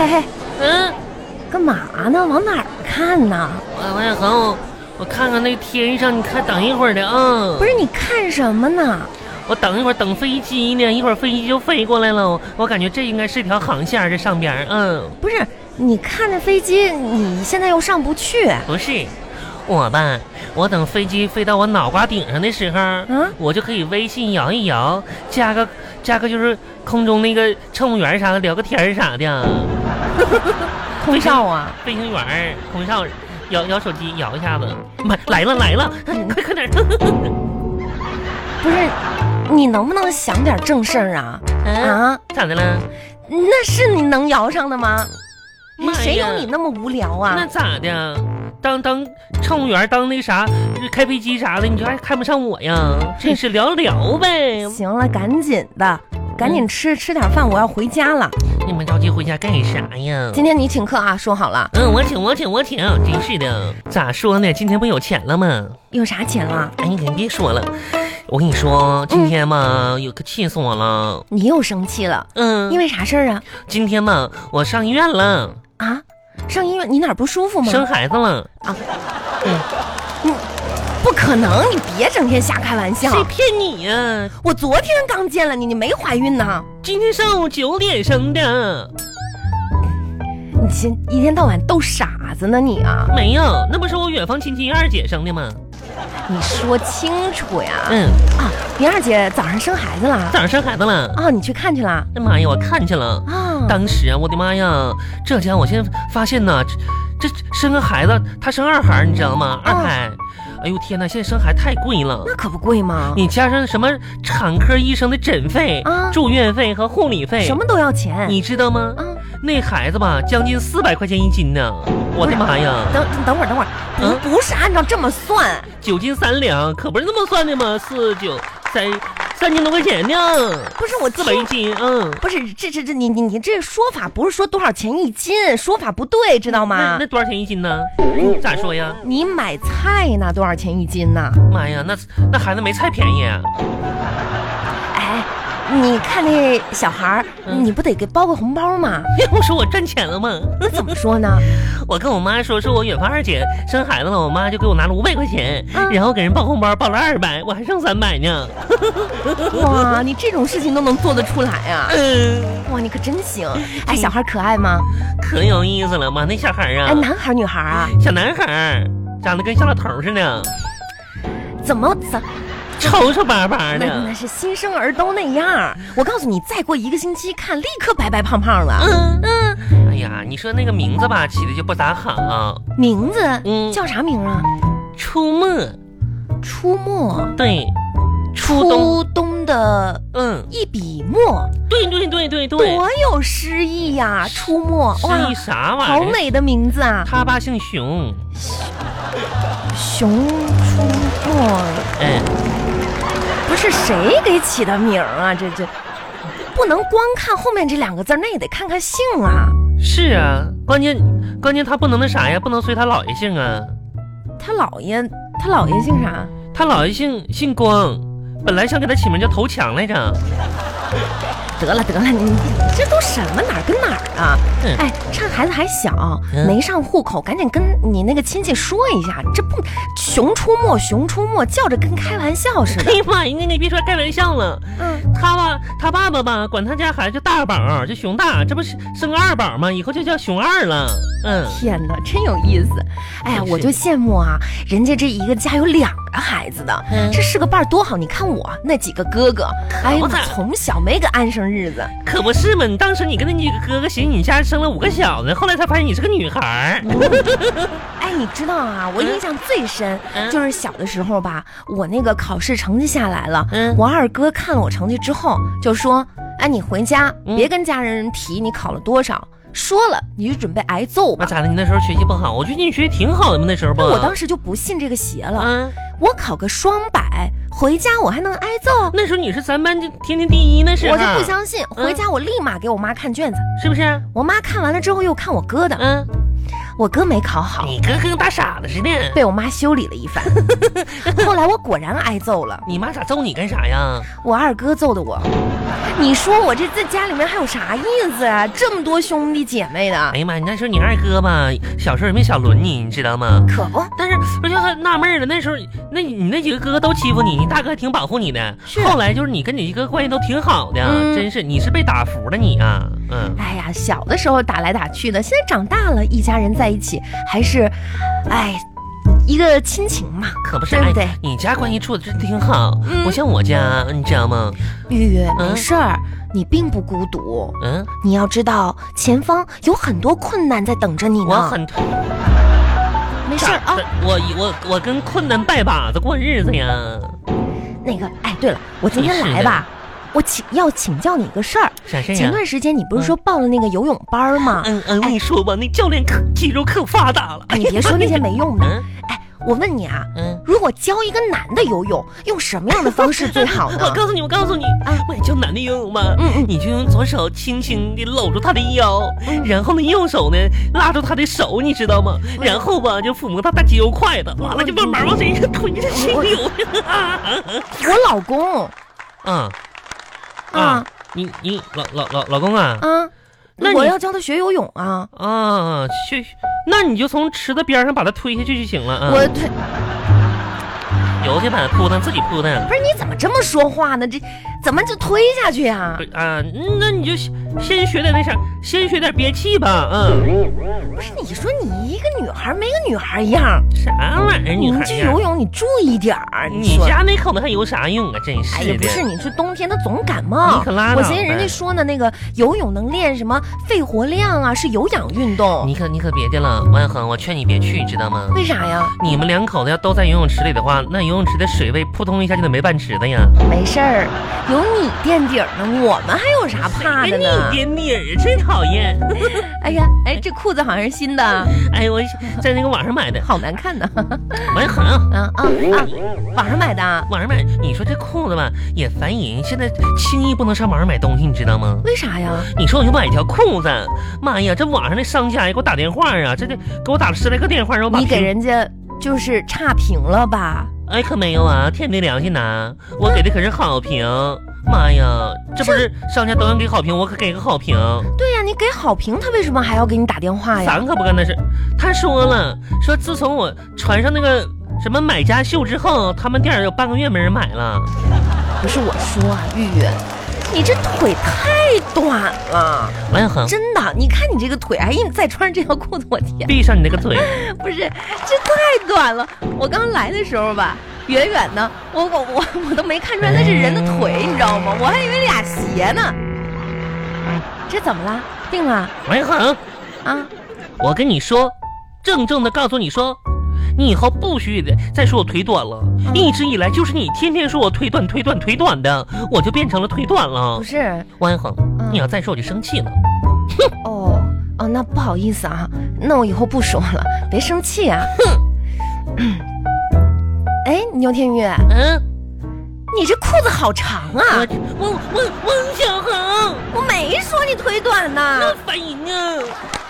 嘿，干嘛呢？往哪儿看呢？ 王小恒，我看看那天上，你看等一会儿的啊。 不是你看什么呢？ 我等一会儿等飞机呢，一会儿飞机就飞过来了。我感觉这应该是一条航线，这上边不是，你看着飞机，你现在又上不去。 不是，我吧，我等飞机飞到我脑瓜顶上的时候，我就可以微信摇一摇，加个就是空中那个乘务员啥的，聊个天啥的。 空少啊， 飞行员，空少，摇手机摇一下子，妈来了，快点！ 不是，你能不能想点正事儿啊？ 咋的了？ 那是你能摇上的吗？谁有你那么无聊啊？ 那咋的？当乘务员，当那啥开飞机啥的，你就还看不上我呀？真是聊呗。 行了，赶紧吃点饭，我要回家了。 你们着急回家干啥呀？ 今天你请客啊，说好了。 我请，真是的。咋说呢？今天不有钱了吗？ 有啥钱了？ 哎，你别说了。我跟你说，今天嘛，有个气死我了。 你又生气了？因为啥事儿啊？ 今天嘛，我上医院了。 啊？上医院？你哪儿不舒服吗？ 生孩子了。啊？ 不可能！你别整天瞎开玩笑。 谁骗你呀？ 我昨天刚见了你，你没怀孕呢。 今天上午9点生的。 你一天到晚逗傻子呢你啊？ 没有，那不是我远房亲戚二姐生的吗？ 你说清楚呀！你二姐早上生孩子了？ 早上生孩子了你去看去了？ 哎妈呀，我看去了当时啊，我的妈呀，这家我现在发现呢，这生个孩子，他生2孩，你知道吗？2胎。哎呦天哪，现在生孩子太贵了。 那可不贵吗？ 你加上什么产科医生的诊费、住院费和护理费， 什么都要钱， 你知道吗？那孩子吧，将近400块钱1斤呢。我的妈呀！ 等会儿，不是按照这么算 ，9斤3两，可不是那么算的吗？4、9、3千多块钱呢。 不是我 400斤， 不是这你这说法不是说多少钱1斤，说法不对，知道吗？ 那多少钱1斤呢？咋说呀？ 你买菜呢，多少钱1斤呢？ 妈呀，那孩子没菜便宜啊！ 哎，你看那小孩你不得给包个红包吗？ 我说我赚钱了吗？ 那怎么说呢？ 我跟我妈说我远房二姐生孩子了，我妈就给我拿了500块钱，然后给人包红包包了200，我还剩300呢。 哇，你这种事情都能做得出来啊！哇，你可真行！哎，小孩可爱吗？ 可有意思了嘛，那小孩啊！ 哎，男孩女孩啊？ 小男孩，长得跟小老头似的。 怎么？ 丑巴巴的， 那是新生儿都那样。我告诉你，再过1个星期看，立刻白白胖胖了。 哎呀，你说那个名字吧，起的就不咋好。 名字？叫啥名啊？ 出没。 出没？ 对， 初冬的一笔墨。 对， 多有诗意呀！出没， 诗意啥玩意儿？ 好美的名字啊！ 他爸姓熊。 熊出没。不是谁给起的名啊？这不能光看后面这2个字，那也得看看姓啊。 是啊，关键他不能那啥呀，不能随他姥爷姓啊。 他姥爷姓啥？ 他姥爷姓光，本来想给他起名叫头强来着。 得了，你这都什么哪儿跟哪儿啊？哎，趁孩子还小，没上户口，赶紧跟你那个亲戚说一下，这不熊出没叫着跟开玩笑似的。 哎呀妈呀，你别说开玩笑了。他爸爸吧，管他家孩子叫大宝，就熊大，这不是生个2宝吗？以后就叫熊2了。 天哪，真有意思。哎呀，我就羡慕啊，人家这一个家有2个孩子的，这是个伴多好。你看我那几个哥哥，哎呀，从小没个安生日子。 可不是嘛，当时你跟那几个哥哥寻你家生了5个小子，后来才发现你是个女孩。 哎，你知道啊，我印象最深就是小的时候吧，我那个考试成绩下来了，我2哥看了我成绩之后就说，哎，你回家别跟家人提你考了多少，说了你就准备挨揍吧。 那咋的？你那时候学习不好？我觉得你学习挺好的嘛，那时候吧。 我当时就不信这个邪了。我考个双100，回家我还能挨揍？ 那时候你是咱班天天第1那时候。 我就不相信，回家我立马给我妈看卷子， 是不是？ 我妈看完了之后又看我哥的。 我哥没考好， 你哥跟大傻子似的， 被我妈修理了一番。后来我果然挨揍了。 你妈咋揍你干啥呀？ 我二哥揍的我。你说我这在家里面还有啥意思啊？这么多兄弟姐妹的。 哎呀妈，你那时候你二哥吧，小时候也没少轮你知道吗？ 可不， 但是我就还纳闷了，那时候你那几个哥哥都欺负你，你大哥还挺保护你的。后来就是你跟你一哥关系都挺好的，真是你是被打服了你啊。 哎呀，小的时候打来打去的，现在长大了，一家人在一起还是，一个亲情嘛， 可不是， 对不对？ 你家关系处的真挺好，不像我家，你知道吗？ 玉玉，没事儿，你并不孤独。你要知道，前方有很多困难在等着你呢。没事啊， 我跟困难拜把子过日子呀。 那个，对了，我今天来吧。我要请教你一个事儿。 啥事呀？ 前段时间你不是说报了那个游泳班吗？ 我跟你说吧，那教练肌肉可发达了。 你别说那些没用的。我问你啊，如果教一个男的游泳，用什么样的方式最好呢？ 我告诉你，我教男的游泳嘛，你就用左手轻轻地搂住他的腰，然后呢，右手呢拉住他的手，你知道吗？然后吧，就抚摸他大肌肉块子，完了就慢慢往这一推着去游。 我老公， 你老公啊， 那我要教他学游泳啊。 那你就从池子边上把他推下去就行了啊。 我推游去把他扑腾，自己扑腾。 不是你怎么这么说话呢？这怎么就推下去啊？ 那你就先学点那啥，先学点憋气吧。 不是你说你一个女孩没个女孩一样， 啥玩意儿？女孩你去游泳你注意点儿。 你家那口子还有啥用啊？真是的。 不是，你说冬天他总感冒。 你可拉倒。 我寻思人家说呢，那个游泳能练什么肺活量啊，是有氧运动。 你可别的了，万恒，我劝你别去，知道吗？ 为啥呀？ 你们两口子要都在游泳池里的话，那游泳池的水位扑通一下就得没半池子呀。 没事儿，有你垫底儿呢，我们还有啥怕的呢？ 你垫底儿真讨厌。 哎呀，这裤子好像是新的。 我在那个网上买的， 好难看呢。 王一恒， 网上买的。 网上买，你说这裤子吧也烦人，现在轻易不能上网上买东西，你知道吗？ 为啥呀？ 你说我就买一条裤子，妈呀，这网上的商家也给我打电话啊，这给我打了10来个电话，然后你给人家就是差评了吧？ 可没有啊，天没良心呐，我给的可是好评。妈呀，这不是商家都想给好评，我可给个好评。 对呀，你给好评，他为什么还要给你打电话呀？ 咱可不干那事。他说了，说自从我传上那个什么买家秀之后，他们店有半个月没人买了。 不是我说啊，玉玉，你这腿太短了。 王小恒， 真的，你看你这个腿，你再穿上这条裤子，我天！ 闭上你那个嘴。 不是，这太短了。我刚来的时候吧，远远的，我都没看出来那是人的腿，你知道吗？我还以为俩鞋呢。这怎么了？病了？ 王小恒我跟你说，郑重的告诉你说，你以后不许再说我腿短了。一直以来就是你天天说我腿短的，我就变成了腿短了。 不是， 王小恒，你要再说我就生气了。 哦，那不好意思啊，那我以后不说了，别生气啊。牛天玉，你这裤子好长啊！ 王小恒， 我没说你腿短呢。 那烦人啊！